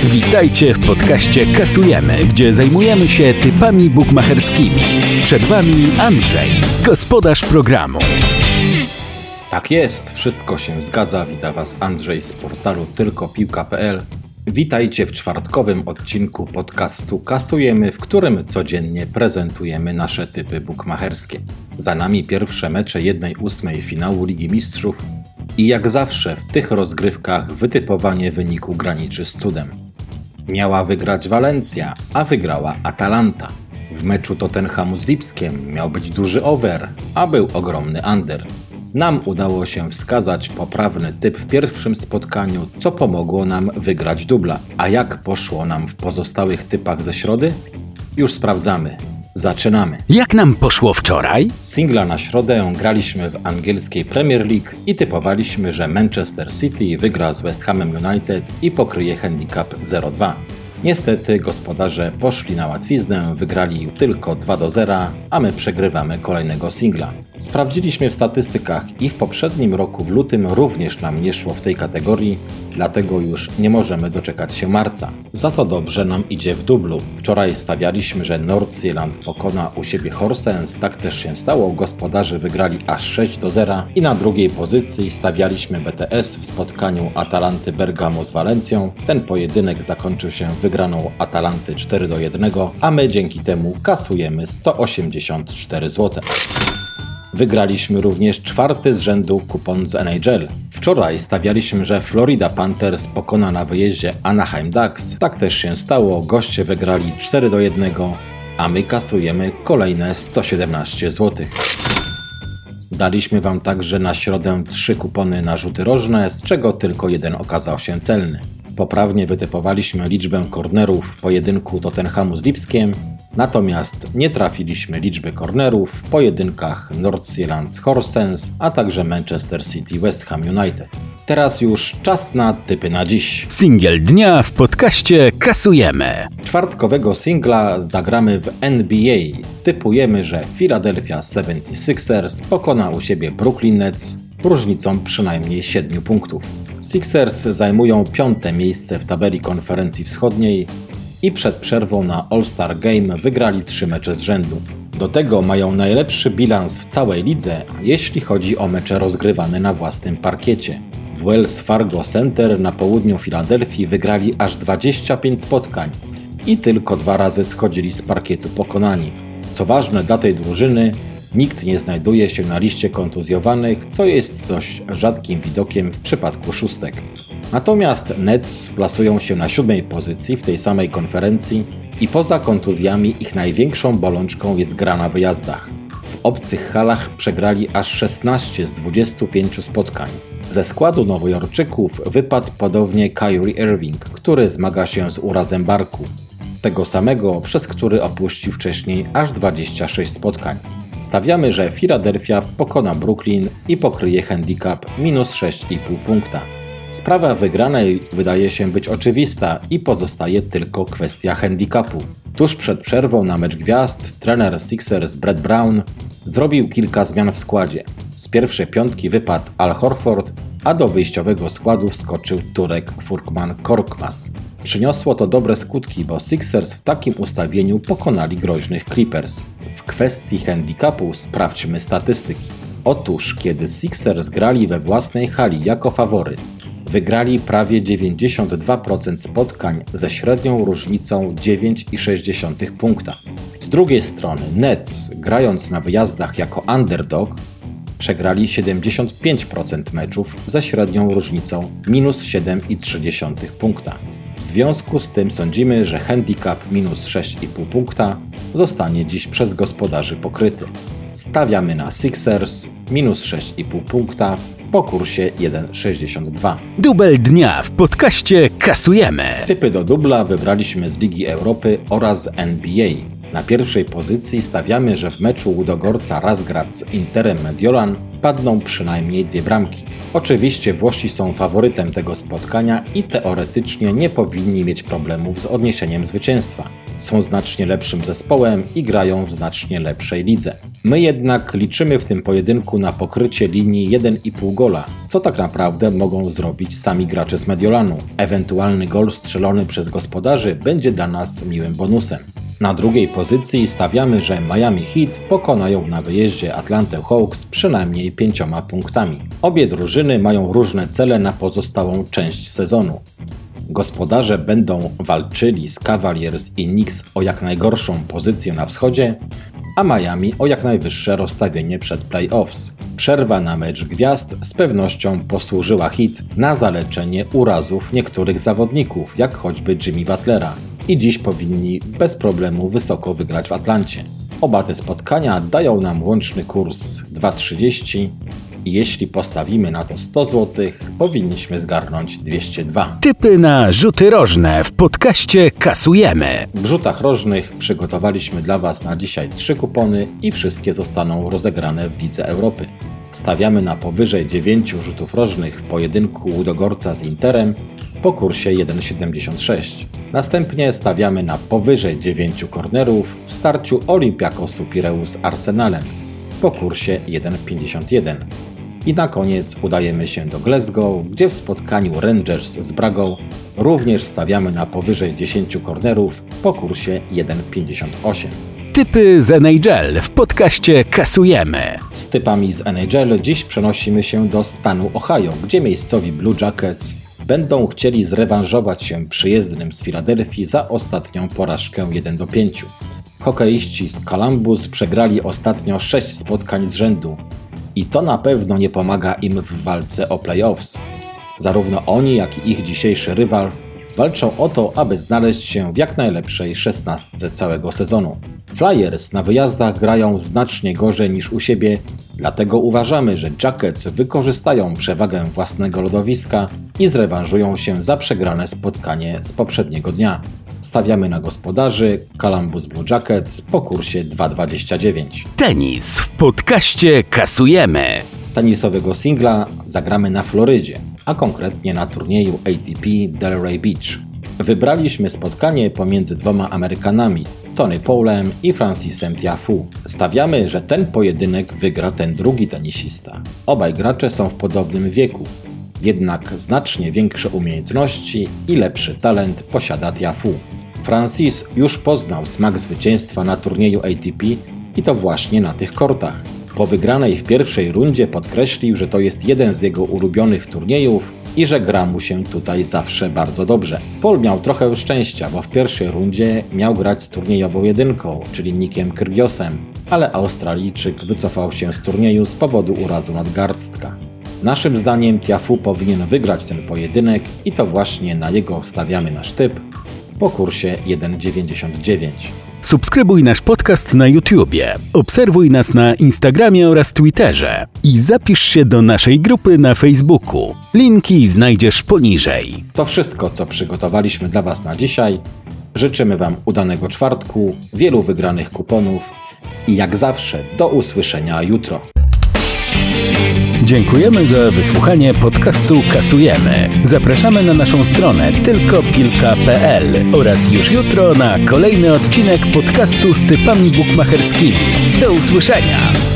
Witajcie w podcaście Kasujemy, gdzie zajmujemy się typami bukmacherskimi. Przed Wami Andrzej, gospodarz programu. Tak jest, wszystko się zgadza. Wita Was Andrzej z portalu tylkopiłka.pl. Witajcie w czwartkowym odcinku podcastu Kasujemy, w którym codziennie prezentujemy nasze typy bukmacherskie. Za nami pierwsze mecze 1/8 finału Ligi Mistrzów i jak zawsze w tych rozgrywkach wytypowanie wyniku graniczy z cudem. Miała wygrać Walencja, a wygrała Atalanta. W meczu Tottenhamu z Lipskiem miał być duży over, a był ogromny under. Nam udało się wskazać poprawny typ w pierwszym spotkaniu, co pomogło nam wygrać dubla. A jak poszło nam w pozostałych typach ze środy? Już sprawdzamy. Zaczynamy. Jak nam poszło wczoraj? Singla na środę graliśmy w angielskiej Premier League i typowaliśmy, że Manchester City wygra z West Hamem United i pokryje handicap 0,2. Niestety gospodarze poszli na łatwiznę, wygrali tylko 2-0, a my przegrywamy kolejnego singla. Sprawdziliśmy w statystykach i w poprzednim roku w lutym również nam nie szło w tej kategorii, dlatego już nie możemy doczekać się marca. Za to dobrze nam idzie w dublu. Wczoraj stawialiśmy, że Nordsjælland pokona u siebie Horsens, tak też się stało, gospodarze wygrali aż 6-0 i na drugiej pozycji stawialiśmy BTS w spotkaniu Atalanty Bergamo z Walencją. Ten pojedynek zakończył się wygraną Atalanty 4-1, a my dzięki temu kasujemy 184 zł. Wygraliśmy również czwarty z rzędu kupon z NHL. Wczoraj stawialiśmy, że Florida Panthers pokona na wyjeździe Anaheim Ducks. Tak też się stało, goście wygrali 4-1, a my kasujemy kolejne 117 zł. Daliśmy Wam także na środę 3 kupony na rzuty rożne, z czego tylko jeden okazał się celny. Poprawnie wytypowaliśmy liczbę kornerów w pojedynku Tottenhamu z Lipskiem, natomiast nie trafiliśmy liczby kornerów w pojedynkach Nordsjælland z Horsens, a także Manchester City West Ham United. Teraz już czas na typy na dziś. Singiel dnia w podcaście Kasujemy. Czwartkowego singla zagramy w NBA. Typujemy, że Philadelphia 76ers pokona u siebie Brooklyn Nets różnicą przynajmniej 7 punktów. Sixers zajmują 5. miejsce w tabeli konferencji wschodniej i przed przerwą na All-Star Game wygrali 3 mecze z rzędu. Do tego mają najlepszy bilans w całej lidze, jeśli chodzi o mecze rozgrywane na własnym parkiecie. W Wells Fargo Center na południu Filadelfii wygrali aż 25 spotkań i tylko 2 razy schodzili z parkietu pokonani. Co ważne dla tej drużyny, nikt nie znajduje się na liście kontuzjowanych, co jest dość rzadkim widokiem w przypadku szóstek. Natomiast Nets plasują się na 7. pozycji w tej samej konferencji i poza kontuzjami ich największą bolączką jest gra na wyjazdach. W obcych halach przegrali aż 16 z 25 spotkań. Ze składu Nowojorczyków wypadł podobnie Kyrie Irving, który zmaga się z urazem barku. Tego samego, przez który opuścił wcześniej aż 26 spotkań. Stawiamy, że Philadelphia pokona Brooklyn i pokryje handicap minus 6,5 punkta. Sprawa wygranej wydaje się być oczywista i pozostaje tylko kwestia handicapu. Tuż przed przerwą na mecz gwiazd trener Sixers Brett Brown zrobił kilka zmian w składzie. Z pierwszej 5 wypadł Al Horford, a do wyjściowego składu wskoczył Turek Furkan-Korkmaz. Przyniosło to dobre skutki, bo Sixers w takim ustawieniu pokonali groźnych Clippers. W kwestii handicapu sprawdźmy statystyki. Otóż, kiedy Sixers grali we własnej hali jako faworyt, wygrali prawie 92% spotkań ze średnią różnicą 9,6 punkta. Z drugiej strony Nets, grając na wyjazdach jako underdog, przegrali 75% meczów ze średnią różnicą minus 7,3 punkta. W związku z tym sądzimy, że handicap minus 6,5 punkta zostanie dziś przez gospodarzy pokryty. Stawiamy na Sixers minus 6,5 punkta po kursie 1,62. Dubel dnia w podcaście Kasujemy. Typy do dubla wybraliśmy z Ligi Europy oraz z NBA. Na pierwszej pozycji stawiamy, że w meczu Ludogorca Razgrad z Interem Mediolan padną przynajmniej 2 bramki. Oczywiście Włosi są faworytem tego spotkania i teoretycznie nie powinni mieć problemów z odniesieniem zwycięstwa. Są znacznie lepszym zespołem i grają w znacznie lepszej lidze. My jednak liczymy w tym pojedynku na pokrycie linii 1,5 gola, co tak naprawdę mogą zrobić sami gracze z Mediolanu. Ewentualny gol strzelony przez gospodarzy będzie dla nas miłym bonusem. Na drugiej pozycji stawiamy, że Miami Heat pokonają na wyjeździe Atlantę Hawks przynajmniej 5 punktami. Obie drużyny mają różne cele na pozostałą część sezonu. Gospodarze będą walczyli z Cavaliers i Knicks o jak najgorszą pozycję na wschodzie, a Miami o jak najwyższe rozstawienie przed playoffs. Przerwa na mecz gwiazd z pewnością posłużyła Heat na zaleczenie urazów niektórych zawodników, jak choćby Jimmy Butlera. I dziś powinni bez problemu wysoko wygrać w Atlancie. Oba te spotkania dają nam łączny kurs 2,30 i jeśli postawimy na to 100 zł, powinniśmy zgarnąć 202. Typy na rzuty rożne w podcaście Kasujemy. W rzutach rożnych przygotowaliśmy dla Was na dzisiaj 3 kupony i wszystkie zostaną rozegrane w Lidze Europy. Stawiamy na powyżej 9 rzutów rożnych w pojedynku Ludogorca z Interem po kursie 1,76. Następnie stawiamy na powyżej 9 kornerów w starciu Olympiakosu Pireus z Arsenalem po kursie 1,51. I na koniec udajemy się do Glasgow, gdzie w spotkaniu Rangers z Bragą również stawiamy na powyżej 10 kornerów po kursie 1,58. Typy z NHL w podcaście Kasujemy. Z typami z NHL dziś przenosimy się do stanu Ohio, gdzie miejscowi Blue Jackets będą chcieli zrewanżować się przyjezdnym z Filadelfii za ostatnią porażkę 1-5. Hokeiści z Columbus przegrali ostatnio 6 spotkań z rzędu i to na pewno nie pomaga im w walce o playoffs. Zarówno oni, jak i ich dzisiejszy rywal walczą o to, aby znaleźć się w jak najlepszej 16 całego sezonu. Flyers na wyjazdach grają znacznie gorzej niż u siebie, dlatego uważamy, że Jackets wykorzystają przewagę własnego lodowiska i zrewanżują się za przegrane spotkanie z poprzedniego dnia. Stawiamy na gospodarzy Columbus Blue Jackets po kursie 2,29. Tenis w podcaście Kasujemy. Tenisowego singla zagramy na Florydzie, a konkretnie na turnieju ATP Delray Beach. Wybraliśmy spotkanie pomiędzy dwoma Amerykanami, Tony Paulem i Francisem Tiafoe. Stawiamy, że ten pojedynek wygra ten drugi tenisista. Obaj gracze są w podobnym wieku, jednak znacznie większe umiejętności i lepszy talent posiada Tiafoe. Francis już poznał smak zwycięstwa na turnieju ATP i to właśnie na tych kortach. Po wygranej w pierwszej rundzie podkreślił, że to jest jeden z jego ulubionych turniejów i że gra mu się tutaj zawsze bardzo dobrze. Paul miał trochę szczęścia, bo w pierwszej rundzie miał grać z turniejową jedynką, czyli Nickiem Kyrgiosem, ale Australijczyk wycofał się z turnieju z powodu urazu nadgarstka. Naszym zdaniem Tiafoe powinien wygrać ten pojedynek i to właśnie na jego stawiamy nasz typ po kursie 1,99. Subskrybuj nasz podcast na YouTubie, obserwuj nas na Instagramie oraz Twitterze i zapisz się do naszej grupy na Facebooku. Linki znajdziesz poniżej. To wszystko, co przygotowaliśmy dla Was na dzisiaj. Życzymy Wam udanego czwartku, wielu wygranych kuponów i jak zawsze do usłyszenia jutro. Dziękujemy za wysłuchanie podcastu Kasujemy. Zapraszamy na naszą stronę tylkopilka.pl oraz już jutro na kolejny odcinek podcastu z typami bukmacherskimi. Do usłyszenia!